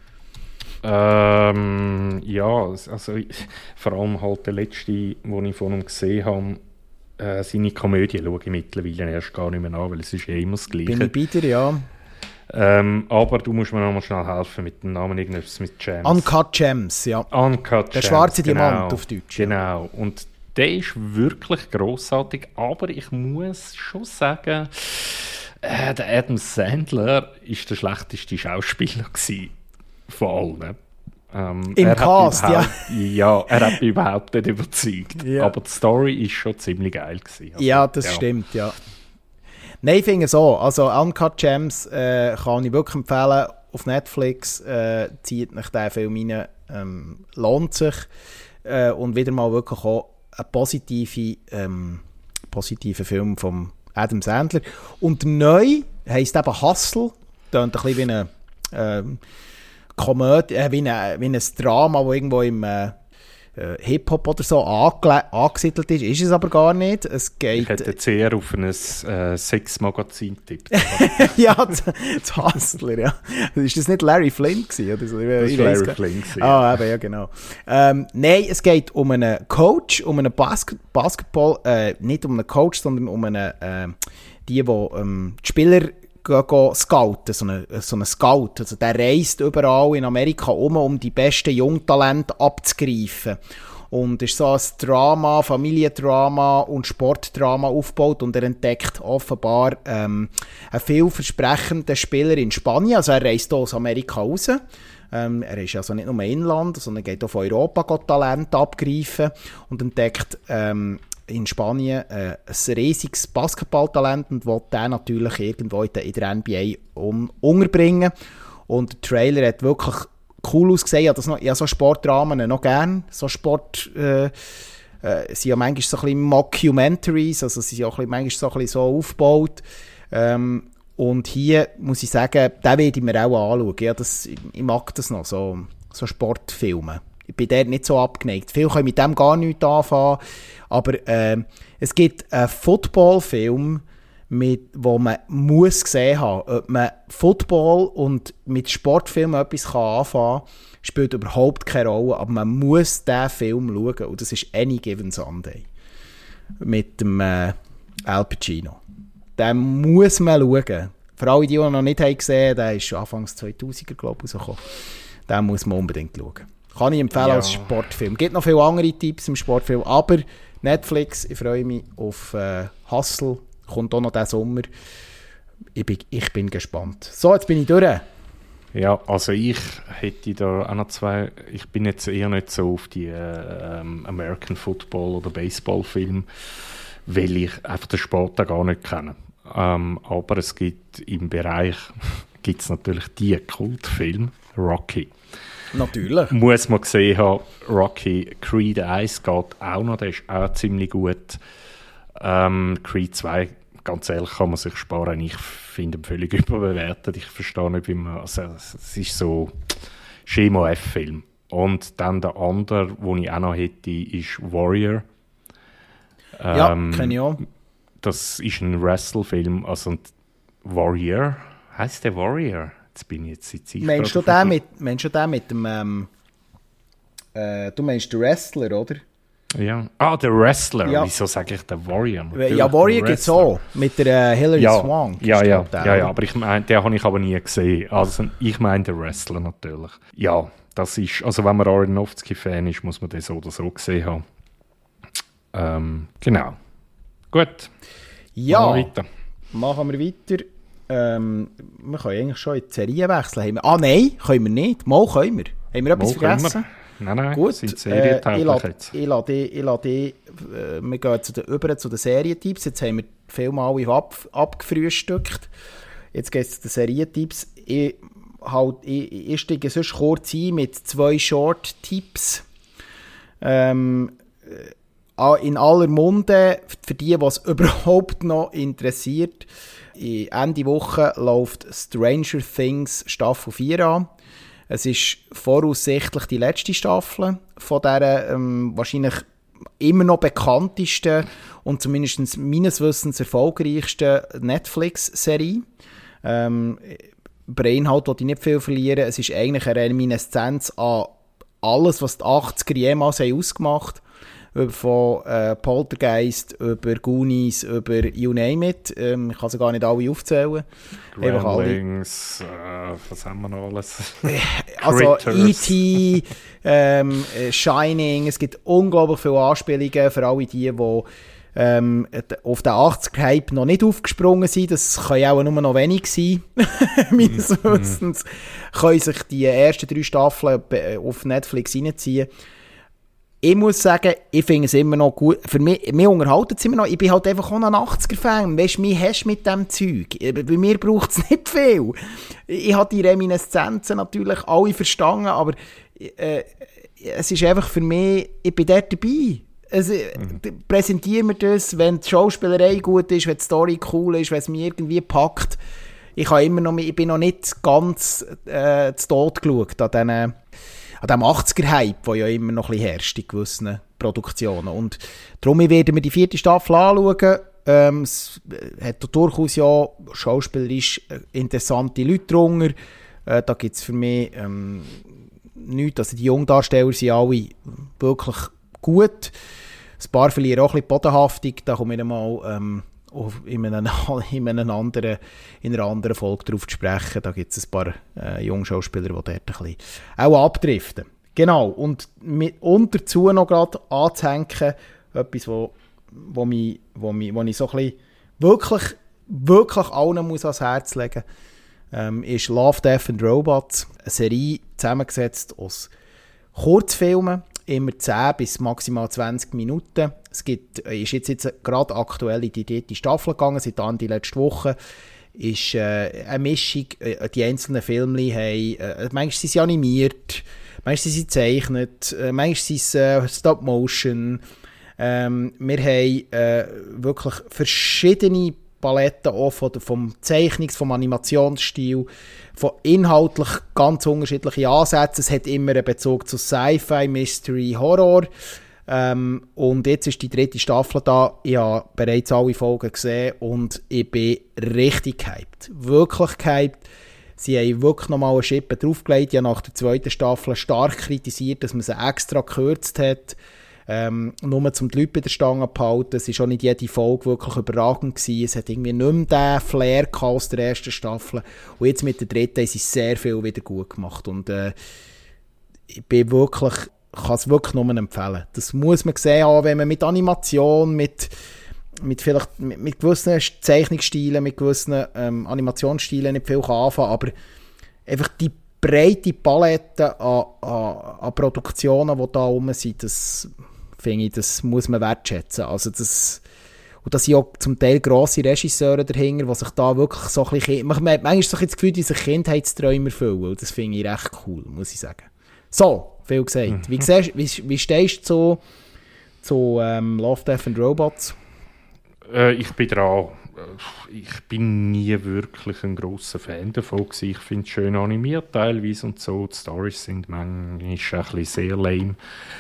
Ja, also vor allem halt der letzte, den ich von ihm gesehen habe, seine Komödie schaue ich mittlerweile erst gar nicht mehr an, weil es ist immer das Gleiche. Bin ich bei dir, ja. Aber du musst mir noch mal schnell helfen mit dem Namen, irgendwas mit Gems. Uncut Gems, ja. Uncut der Gems, schwarze Diamant auf Deutsch. Genau, und der ist wirklich grossartig, aber ich muss schon sagen, der Adam Sandler ist der schlechteste Schauspieler gewesen von allen. Im Cast, ja. Ja, er hat mich überhaupt nicht überzeugt. Ja. Aber die Story ist schon ziemlich geil gewesen. Also, ja, das stimmt, ja. Nein, ich finde so, also Uncut Gems kann ich wirklich empfehlen, auf Netflix, zieht nach diesen Film rein, lohnt sich und wieder mal wirklich auch ein positiver Film von Adam Sandler. Und neu heisst eben Hustle, klingt ein bisschen wie eine Komödie, wie ein Drama, das irgendwo im Hip-Hop oder so angesiedelt ist. Ist es aber gar nicht. Es geht, ich hätte jetzt eher auf ein Sex-Magazin tippt. Ja, das Hustler, ja. Ist das nicht Larry Flynn gewesen? Oder so? Das war Larry Flynn gewesen, ja. Eben, ja, genau. Nein, es geht um einen Coach, um einen Basketball, nicht um einen Coach, sondern um einen, die Spieler scouten, so einen Scout. Also der reist überall in Amerika um die besten Jungtalente abzugreifen. Und ist so ein Drama, Familiendrama und Sportdrama aufgebaut und er entdeckt offenbar einen vielversprechenden Spieler in Spanien. Also er reist hier aus Amerika raus. Er ist also nicht nur Inland, sondern geht auch von Europa Talente abgreifen und entdeckt in Spanien ein riesiges Basketballtalent und will den natürlich irgendwo in der NBA unterbringen. Und der Trailer hat wirklich cool ausgesehen. Ich habe so Sportdramen noch gern. So Sport sind ja manchmal so ein bisschen Mockumentaries, also sie sind auch manchmal so ein bisschen so aufgebaut. Und hier muss ich sagen, den werde ich mir auch anschauen. Ja, ich mag das noch, so Sportfilme. Ich bin dort nicht so abgeneigt. Viele können mit dem gar nichts anfangen. Aber es gibt einen Footballfilm, wo man muss gesehen haben. Ob man Football und mit Sportfilmen etwas anfangen kann, spielt überhaupt keine Rolle. Aber man muss diesen Film schauen. Und das ist Any Given Sunday. Mit dem Al Pacino. Den muss man schauen. Für alle, die ihn noch nicht gesehen haben, der ist schon Anfangs 2000er, glaube ich, rausgekommen. Den muss man unbedingt schauen. Kann ich empfehlen als Sportfilm. Es gibt noch viele andere Tipps im Sportfilm, aber Netflix, ich freue mich auf Hustle, kommt auch noch diesen Sommer. Ich bin gespannt. So, jetzt bin ich durch. Ja, also ich hätte da auch noch zwei, ich bin jetzt eher nicht so auf die American Football oder Baseball-Filme, weil ich einfach den Sport da gar nicht kenne. Aber es gibt im Bereich, gibt's natürlich die Kultfilme, Rocky. Natürlich. Muss man gesehen haben, Rocky, Creed 1 geht auch noch, der ist auch ziemlich gut. Creed 2, ganz ehrlich, kann man sich sparen. Ich finde ihn völlig überbewertet. Ich verstehe nicht, wie man, also es ist so Schema F-Film. Und dann der andere, den ich auch noch hätte, ist Warrior. Ja, kenne ich auch. Das ist ein Wrestle-Film, also Warrior, heisst der Warrior? Jetzt bin ich jetzt sicher. Meinst du den mit dem, du meinst den Wrestler, oder? Ja. Der Wrestler. Ja. Wieso sage ich der Warrior? Natürlich ja, Warrior gibt es auch. Mit der Hilary Swank. Ja, aber ich meine, den habe ich aber nie gesehen. Also ich meine den Wrestler natürlich. Ja, das ist, also wenn man Aronofsky-Fan ist, muss man den so oder so gesehen haben. Genau. Gut. Ja, machen wir weiter. Wir können eigentlich schon in die Serie wechseln. Nein, können wir nicht. Mal können wir. Haben wir etwas vergessen? Nein, gut. Sind serientauglich jetzt. Wir gehen zu den Serientipps. Jetzt haben wir viele alle abgefrühstückt. Jetzt geht es zu den Serientipps. Ich steige sonst kurz ein mit 2 Short-Tipps. In aller Munde, für die es überhaupt noch interessiert. Ende Woche läuft Stranger Things Staffel 4 an. Es ist voraussichtlich die letzte Staffel von dieser wahrscheinlich immer noch bekanntesten und zumindest meines Wissens erfolgreichsten Netflix-Serie. Über Inhalt wollte ich nicht viel verlieren. Es ist eigentlich eine Reminiszenz an alles, was die 80er jemals ausgemacht haben. Von Poltergeist über Goonies, über You Name It. Ich kann sie gar nicht alle aufzählen. Gremlins, was haben wir noch alles? Also E.T., Shining, es gibt unglaublich viele Anspielungen für alle die auf den 80er-Hype noch nicht aufgesprungen sind. Das kann ja auch nur noch wenig sein, meines Wissens. Können sich die ersten 3 Staffeln auf Netflix reinziehen. Ich muss sagen, ich finde es immer noch gut. Für mich unterhalten es immer noch. Ich bin halt einfach auch ein 80er-Fan. Weißt du, mich hast du mit diesem Zeug. Bei mir braucht es nicht viel. Ich habe die Reminiszenzen natürlich alle verstanden, aber es ist einfach für mich, ich bin dort dabei. Präsentieren wir das, wenn die Schauspielerei gut ist, wenn die Story cool ist, wenn es mich irgendwie packt. Ich bin noch nicht ganz zu Tod geschaut an diesem 80er-Hype, der ja immer noch ein bisschen herrscht in gewissen Produktionen. Und darum werden wir die 4. Staffel anschauen. Es hat durchaus ja schauspielerisch interessante Leute drunter. Da gibt es für mich nichts. Also die Jungdarsteller sind alle wirklich gut. Ein paar verlieren auch ein bisschen Bodenhaftung. Da komme ich mal in einer anderen Folge darauf zu sprechen. Da gibt es ein paar Jungschauspieler, die dort ein bisschen auch abdriften. Genau, und dazu noch gerade anzuhängen, etwas, wo ich so ein bisschen wirklich allen muss ans Herz legen muss, ist Love, Death and Robots. Eine Serie zusammengesetzt aus Kurzfilmen, immer 10 bis maximal 20 Minuten. Es ist jetzt gerade aktuell in die 3. Staffel gegangen, seit Ende letzte Woche. Ist eine Mischung, die einzelnen Filme haben, manchmal sind sie animiert, manchmal sind sie gezeichnet, manchmal sind sie Stop-Motion. Wir haben wirklich verschiedene Paletten auch vom Zeichnungs-, vom Animationsstil, von inhaltlich ganz unterschiedlichen Ansätzen. Es hat immer einen Bezug zu Sci-Fi, Mystery, Horror. Und jetzt ist die 3. Staffel da. Ich habe bereits alle Folgen gesehen und ich bin richtig gehypt. Wirklich gehypt. Sie haben wirklich nochmal eine Schippe draufgelegt. Ich habe nach der 2. Staffel stark kritisiert, dass man sie extra gekürzt hat. Nur zum die Leute bei der Stange behalten. Es war auch nicht jede Folge wirklich überragend gewesen. Es hat irgendwie nicht mehr den Flair aus der 1. Staffel. Und jetzt mit der 3. haben sie sehr viel wieder gut gemacht. Und ich bin wirklich, kann es wirklich nur empfehlen. Das muss man gesehen haben, wenn man mit Animation, mit gewissen Zeichnungsstilen, mit gewissen Animationsstilen nicht viel anfangen kann. Aber einfach die breite Palette an Produktionen, die da rum sind, das finde ich, das muss man wertschätzen. Also und da sind auch zum Teil grosse Regisseure dahinter, die sich da wirklich so ein bisschen... Man hat manchmal so das Gefühl, die sich Kindheitsträume erfüllen. Das finde ich recht cool, muss ich sagen. So, viel gesagt. Wie stehst du zu Love, Death and Robots? Ich bin dran. Ich bin nie wirklich ein grosser Fan davon gewesen. Ich finde es schön animiert teilweise und so. Die Storys sind manchmal ein bisschen sehr lame.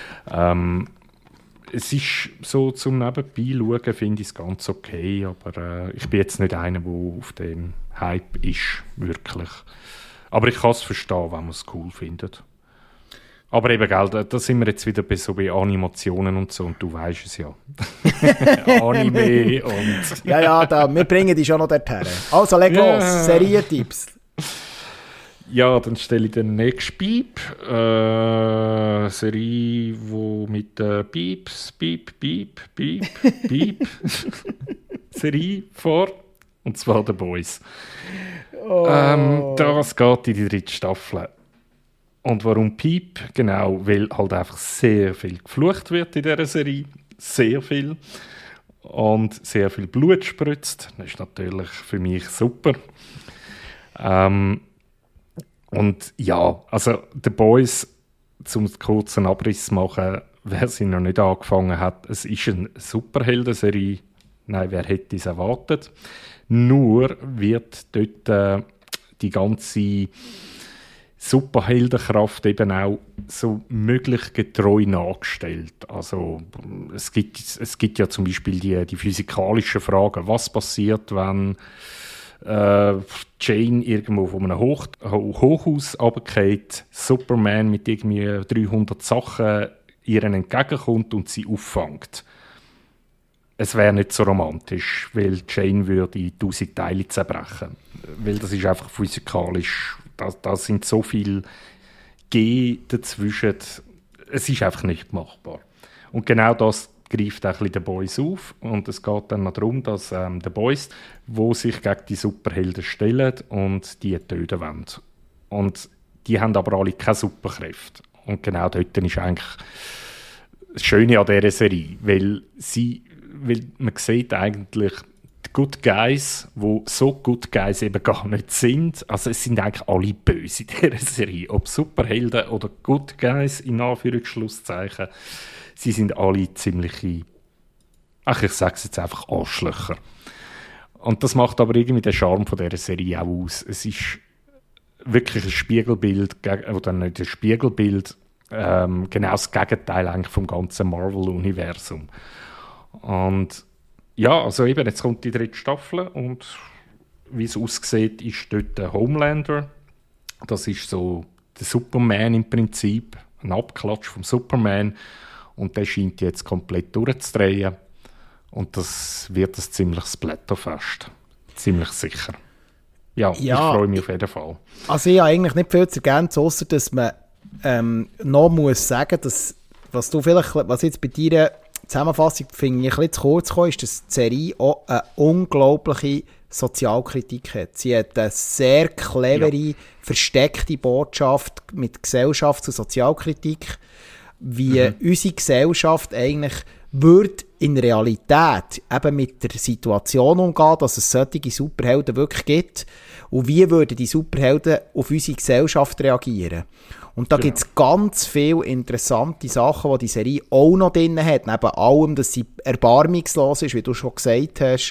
Es ist so zum Nebenbei schauen, finde ich es ganz okay, aber ich bin jetzt nicht einer, der auf dem Hype ist, wirklich. Aber ich kann es verstehen, wenn man es cool findet. Aber eben, gell, da sind wir jetzt wieder bei Animationen und so, und du weißt es ja. Anime und... Ja, wir bringen die schon noch dorthin. Also, leg los, Serientipps. Ja, dann stelle ich den nächsten Piep. Serie, die mit Pieps, Piep, Piep, Piep, Piep Serie vor. Und zwar The Boys. Das geht in die 3. Staffel. Und warum Piep? Genau, weil halt einfach sehr viel geflucht wird in dieser Serie. Sehr viel. Und sehr viel Blut spritzt. Das ist natürlich für mich super. Und ja, also The Boys, zum kurzen Abriss machen, wer sie noch nicht angefangen hat, es ist eine Superhelden-Serie. Nein, wer hätte es erwartet? Nur wird dort die ganze Superheldenkraft eben auch so möglich getreu nachgestellt. Also es gibt ja zum Beispiel die physikalischen Fragen. Was passiert, wenn Jane irgendwo von einem Hochhaus runterfällt, Superman mit irgendwie 300 Sachen ihr entgegenkommt und sie auffängt? Es wäre nicht so romantisch, weil Jane würde in 1000 Teile zerbrechen. Weil das ist einfach physikalisch. Da sind so viele G dazwischen. Es ist einfach nicht machbar. Und genau das greift auch ein bisschen The Boys auf. Und es geht dann noch darum, dass The Boys, die sich gegen die Superhelden stellen und die töten wollen. Und die haben aber alle keine Superkräfte. Und genau dort ist eigentlich das Schöne an dieser Serie. Weil man sieht eigentlich die Good Guys, die so Good Guys eben gar nicht sind. Also es sind eigentlich alle böse in dieser Serie. Ob Superhelden oder Good Guys, in Anführungsschlusszeichen, sie sind alle ziemliche, ich sage es jetzt einfach, Arschlöcher. Und das macht aber irgendwie den Charme von dieser Serie auch aus. Es ist wirklich ein Spiegelbild, oder nicht ein Spiegelbild, genau das Gegenteil eigentlich vom ganzen Marvel-Universum. Und ja, also eben, jetzt kommt die 3. Staffel und wie es aussieht, ist dort der Homelander. Das ist so der Superman im Prinzip, ein Abklatsch vom Superman. Und der scheint jetzt komplett durchzudrehen. Und das wird ein ziemliches Splatterfest. Ziemlich sicher. Ja, ich freue mich auf jeden Fall. Also ich habe eigentlich nicht viel zu ergänzen, ausser dass man noch muss sagen, dass was jetzt bei dir Zusammenfassung finde ich ein bisschen zu kurz gekommen, ist, dass die Serie auch eine unglaubliche Sozialkritik hat. Sie hat eine sehr clevere, versteckte Botschaft mit Gesellschafts- und Sozialkritik, wie unsere Gesellschaft eigentlich würde in Realität eben mit der Situation umgehen, dass es solche Superhelden wirklich gibt und wie würden die Superhelden auf unsere Gesellschaft reagieren. Und da gibt es ganz viele interessante Sachen, die die Serie auch noch drin hat. Neben allem, dass sie erbarmungslos ist, wie du schon gesagt hast,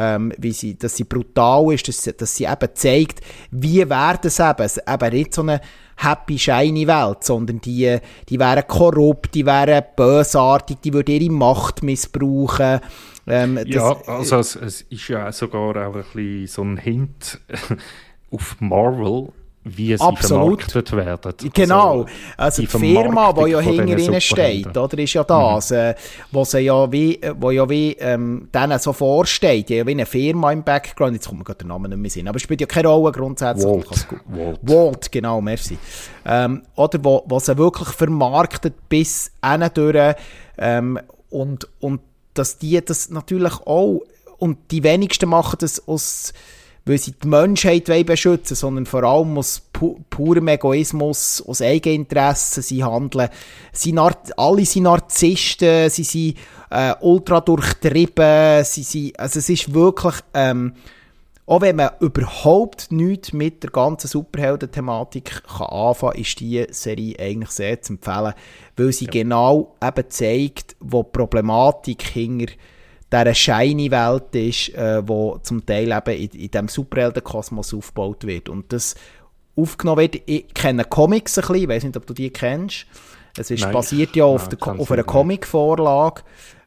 dass sie brutal ist, dass sie eben zeigt, wie wäre es eben nicht so eine happy, shiny Welt, sondern die wären korrupt, die wären bösartig, die würden ihre Macht missbrauchen. Also es ist ja sogar auch ein bisschen so ein Hint auf Marvel, wie sie vermarktet werden. Genau, also die Firma, die ja hinter ihnen steht, oder, ist ja das, wo ja wie denen so vorsteht, ja wie eine Firma im Background, jetzt kommt mir gerade der Name nicht mehr in, aber es spielt ja keine Rolle grundsätzlich. Walt, genau, merci. Oder wo sie wirklich vermarktet bis hindurch, und dass die das natürlich auch, und die wenigsten machen das weil sie die Menschheit beschützen wollen, sondern vor allem aus purem Egoismus, aus Eigeninteressen sie handeln. Alle sind Narzissten, sie sind ultra durchtrieben, also es ist wirklich, auch wenn man überhaupt nichts mit der ganzen Superhelden-Thematik anfangen kann, ist diese Serie eigentlich sehr zu empfehlen, weil sie genau eben zeigt, wo die Problematik hinter dieser shiny Welt ist, wo zum Teil eben in diesem Superheldenkosmos aufgebaut wird. Und das aufgenommen wird, ich kenne Comics ein bisschen, ich weiss nicht, ob du die kennst. Es ist basiert ja auf einer Comic-Vorlage,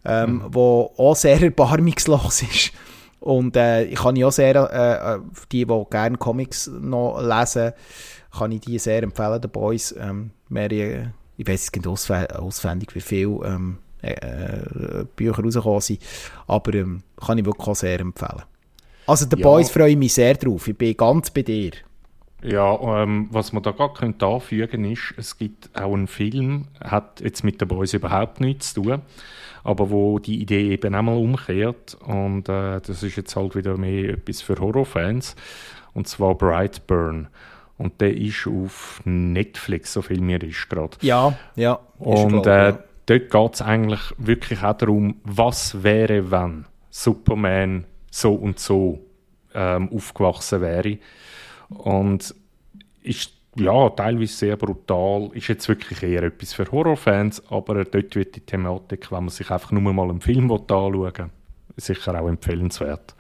wo auch sehr erbarmungslos ist. Und ich kann ja auch sehr, die gerne Comics noch lesen, kann ich die sehr empfehlen, The Boys. Wäre ich weiss es nicht auswendig, wie viele Bücher rausgekommen sind, aber kann ich wirklich auch sehr empfehlen. Also The Boys freue ich mich sehr drauf, ich bin ganz bei dir. Ja, was man da gerade anfügen könnte, ist, es gibt auch einen Film, hat jetzt mit The Boys überhaupt nichts zu tun, aber wo die Idee eben einmal umkehrt und das ist jetzt halt wieder mehr etwas für Horrorfans, und zwar Brightburn. Und der ist auf Netflix, so viel mir ist gerade. Ja. Und dort geht es eigentlich wirklich auch darum, was wäre, wenn Superman so und so aufgewachsen wäre. Und ist teilweise sehr brutal, ist jetzt wirklich eher etwas für Horrorfans, aber dort wird die Thematik, wenn man sich einfach nur mal einen Film anschauen will, sicher auch empfehlenswert.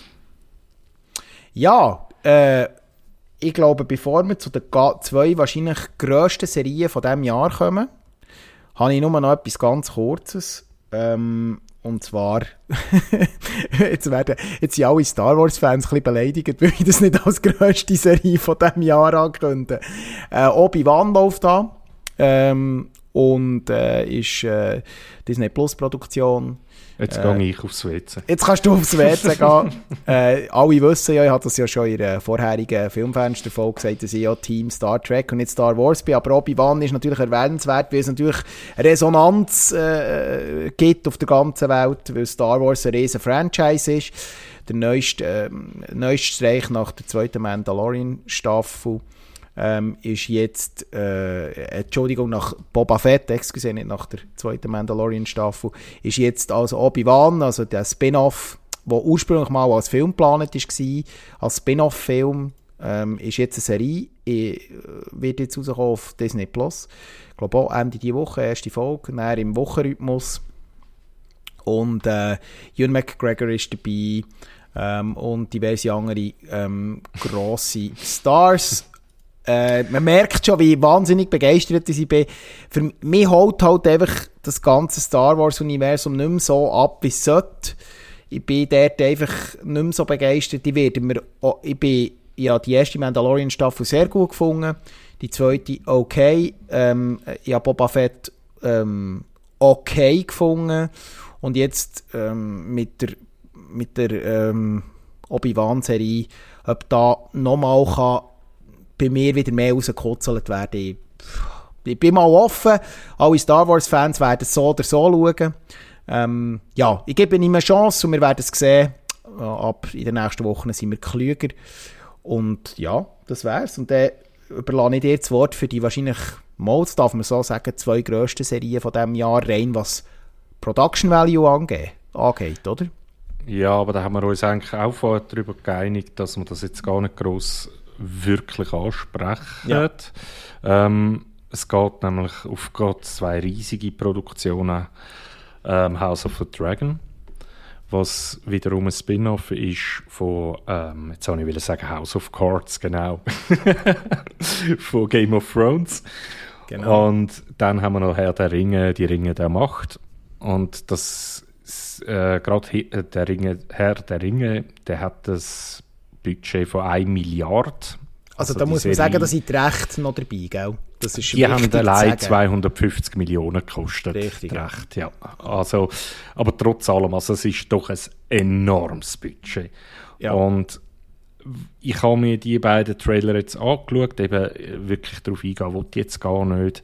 Ja, ich glaube, bevor wir zu den 2 wahrscheinlich grössten Serien von diesem Jahr kommen, habe ich nur noch etwas ganz Kurzes. Und zwar, jetzt sind alle Star Wars-Fans ein bisschen beleidigt, weil ich das nicht als grösste Serie von diesem Jahr ankündige. Obi-Wan läuft da und ist Disney-Plus-Produktion. Jetzt gehe ich aufs WC. Jetzt kannst du aufs WC gehen. Alle wissen ja, ich habe das ja schon in der vorherigen Filmfenster-Folge gesagt, dass ich ja Team Star Trek und nicht Star Wars bin. Aber Obi-Wan ist natürlich erwähnenswert, weil es natürlich Resonanz gibt auf der ganzen Welt, weil Star Wars ein riesen Franchise ist. Der neueste Streich nach der 2. Mandalorian-Staffel ist jetzt, nach Boba Fett, nicht nach der 2. Mandalorian-Staffel, ist jetzt also Obi-Wan, also der Spin-Off, der ursprünglich mal als Film geplant war, als Spin-Off-Film, ist jetzt eine Serie, wird jetzt rauskommen auf Disney Plus. Ich glaube auch Ende dieser Woche, erste Folge, dann im Wochenrhythmus. Und Ewan McGregor ist dabei und diverse andere grosse Stars. Man merkt schon, wie wahnsinnig begeistert ich bin. Für mich holt halt einfach das ganze Star Wars-Universum nicht mehr so ab, wie es sollte. Ich bin dort einfach nicht mehr so begeistert. Ich habe die erste Mandalorian-Staffel sehr gut gefunden, die zweite okay. Ich habe Boba Fett okay gefunden. Und jetzt mit der Obi-Wan-Serie, ob da nochmal bei mir wieder mehr rausgekitzelt werden. Ich bin mal offen. Alle Star Wars-Fans werden es so oder so schauen. Ich gebe ihm eine Chance und wir werden es sehen. Ab in den nächsten Wochen sind wir klüger. Und ja, das wär's. Und dann überlasse ich dir das Wort für die wahrscheinlich, das darf man so sagen, 2 grössten Serien von diesem Jahr, rein was Production Value angeht, oder? Ja, aber da haben wir uns eigentlich auch vorher darüber geeinigt, dass wir das jetzt gar nicht gross wirklich ansprechen. Ja. Es geht nämlich auf gerade 2 riesige Produktionen. House of the Dragon, was wiederum ein Spin-off ist von, jetzt wollte ich sagen House of Cards, genau, von Game of Thrones. Genau. Und dann haben wir noch Herr der Ringe, die Ringe der Macht. Und das gerade Herr der Ringe, der hat das Budget von 1 Milliarde. Also da muss man sagen, da sind die Rechte noch dabei, gell? Das ist die haben allein 250 Millionen gekostet. Richtig. Recht, ja. Also, aber trotz allem, also es ist doch ein enormes Budget. Ja. Und ich habe mir die beiden Trailer jetzt angeschaut, eben wirklich darauf eingehen, wollte ich jetzt gar nicht.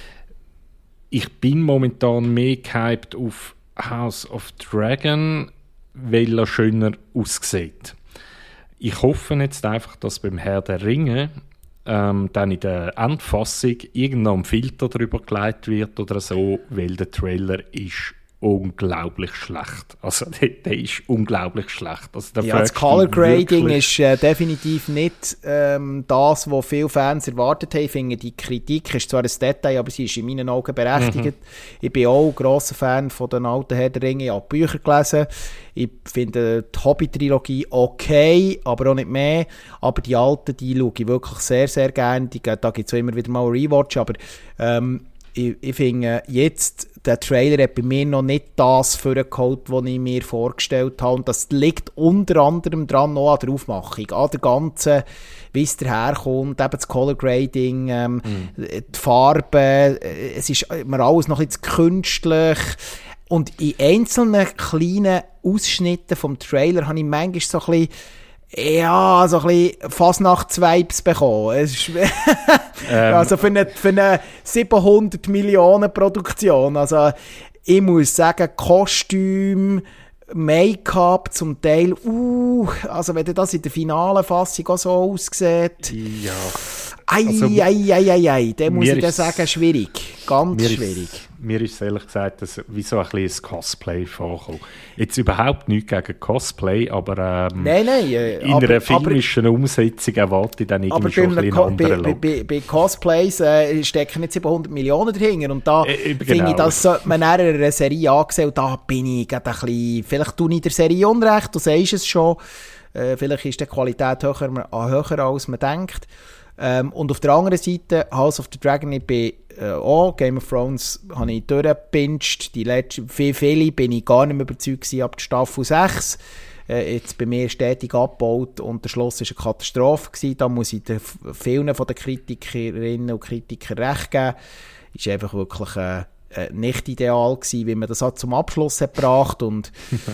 Ich bin momentan mehr gehypt auf House of Dragon, weil er schöner aussieht. Ich hoffe jetzt einfach, dass beim Herr der Ringe dann in der Endfassung irgendein Filter drüber gelegt wird oder so, weil der Trailer ist unglaublich schlecht. Also der ist unglaublich schlecht. Also, das Color Grading ist definitiv nicht das, was viele Fans erwartet haben. Ich finde, die Kritik ist zwar ein Detail, aber sie ist in meinen Augen berechtigt. Ich bin auch ein grosser Fan von den alten Herr der Ringe. Ich habe Bücher gelesen. Ich finde die Hobby-Trilogie okay, aber auch nicht mehr. Aber die alten, die schaue ich wirklich sehr, sehr gerne. Da gibt es auch immer wieder mal Rewatch, aber ich finde, jetzt, der Trailer hat bei mir noch nicht das vorgeholt, was ich mir vorgestellt habe. Und das liegt unter anderem dran noch an der Aufmachung, an der ganzen, wie es daherkommt, eben das Color Grading, die Farben, es ist mir alles noch ein bisschen künstlich. Und in einzelnen kleinen Ausschnitten vom Trailer habe ich manchmal so ein bisschen, so ein bisschen Fasnachts-Vibes bekommen. Es ist also für eine 700 Millionen Produktion. Also ich muss sagen, Kostüm, Make-up zum Teil, also wenn das in der finalen Fassung auch so aussieht, ja. Dann muss ich dann sagen, schwierig. Ganz schwierig. Mir ist es ehrlich gesagt wie so ein bisschen ein Cosplay vorgekommen. Jetzt überhaupt nichts gegen Cosplay, aber nein, in einer filmischen Umsetzung erwarte ich dann irgendwie schon ein bisschen einen anderen Look. Bei Cosplays stecken nicht 700 Millionen dahinter und da finde ich, das sollte man in einer Serie ansehen und da bin ich gerade ein bisschen, vielleicht tue ich der Serie Unrecht, du sagst es schon, vielleicht ist die Qualität höher als man denkt. Und auf der anderen Seite, House of the Dragon, ich bin Game of Thrones habe ich durchgepincht. Die letzten viele bin ich gar nicht mehr überzeugt ab der Staffel 6. Jetzt bei mir stetig abgebaut und der Schluss war eine Katastrophe gewesen. Da muss ich den vielen von den Kritikerinnen und Kritikern recht geben. Ist einfach wirklich nicht ideal gewesen, wie man das auch zum Abschluss hat gebracht und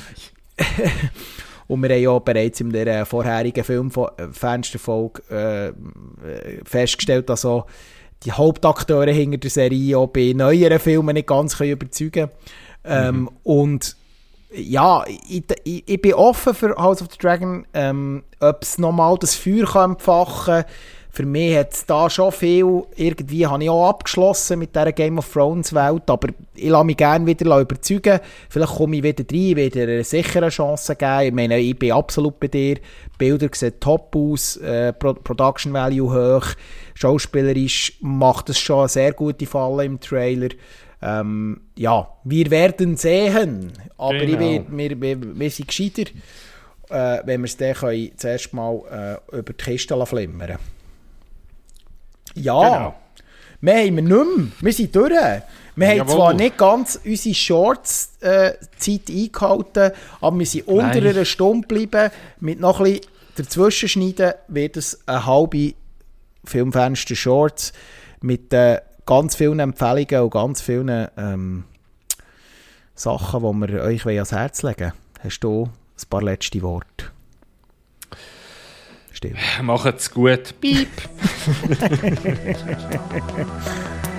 und wir haben ja bereits in der vorherigen Filmfensterfolge festgestellt, dass auch die Hauptakteure hinter der Serie auch bei neueren Filmen nicht ganz überzeugen können. Und ja, ich bin offen für House of the Dragon, ob es nochmal das Feuer entfachen kann. Für mich hat es da schon viel, irgendwie habe ich auch abgeschlossen mit dieser Game of Thrones Welt, aber ich lasse mich gerne wieder überzeugen. Vielleicht komme ich wieder rein, wieder sicher eine Chance geben. Ich meine, ich bin absolut bei dir. Die Bilder sehen top aus, Production Value hoch, schauspielerisch macht es schon eine sehr gute Falle im Trailer. Ja, wir werden sehen, aber genau. Wir sind gescheiter, wenn wir es dann zuerst mal über die Kiste flimmern. Ja, genau. Wir haben nicht mehr. Wir sind durch. Wir haben zwar nicht ganz unsere Shorts-Zeit eingehalten, aber wir sind unter einer Stunde geblieben. Mit noch ein bisschen dazwischen schneiden wird es eine halbe Filmfenster-Shorts mit ganz vielen Empfehlungen und ganz vielen Sachen, die wir euch ans Herz legen wollen. Hast du ein paar letzte Worte? Macht's gut. Piep.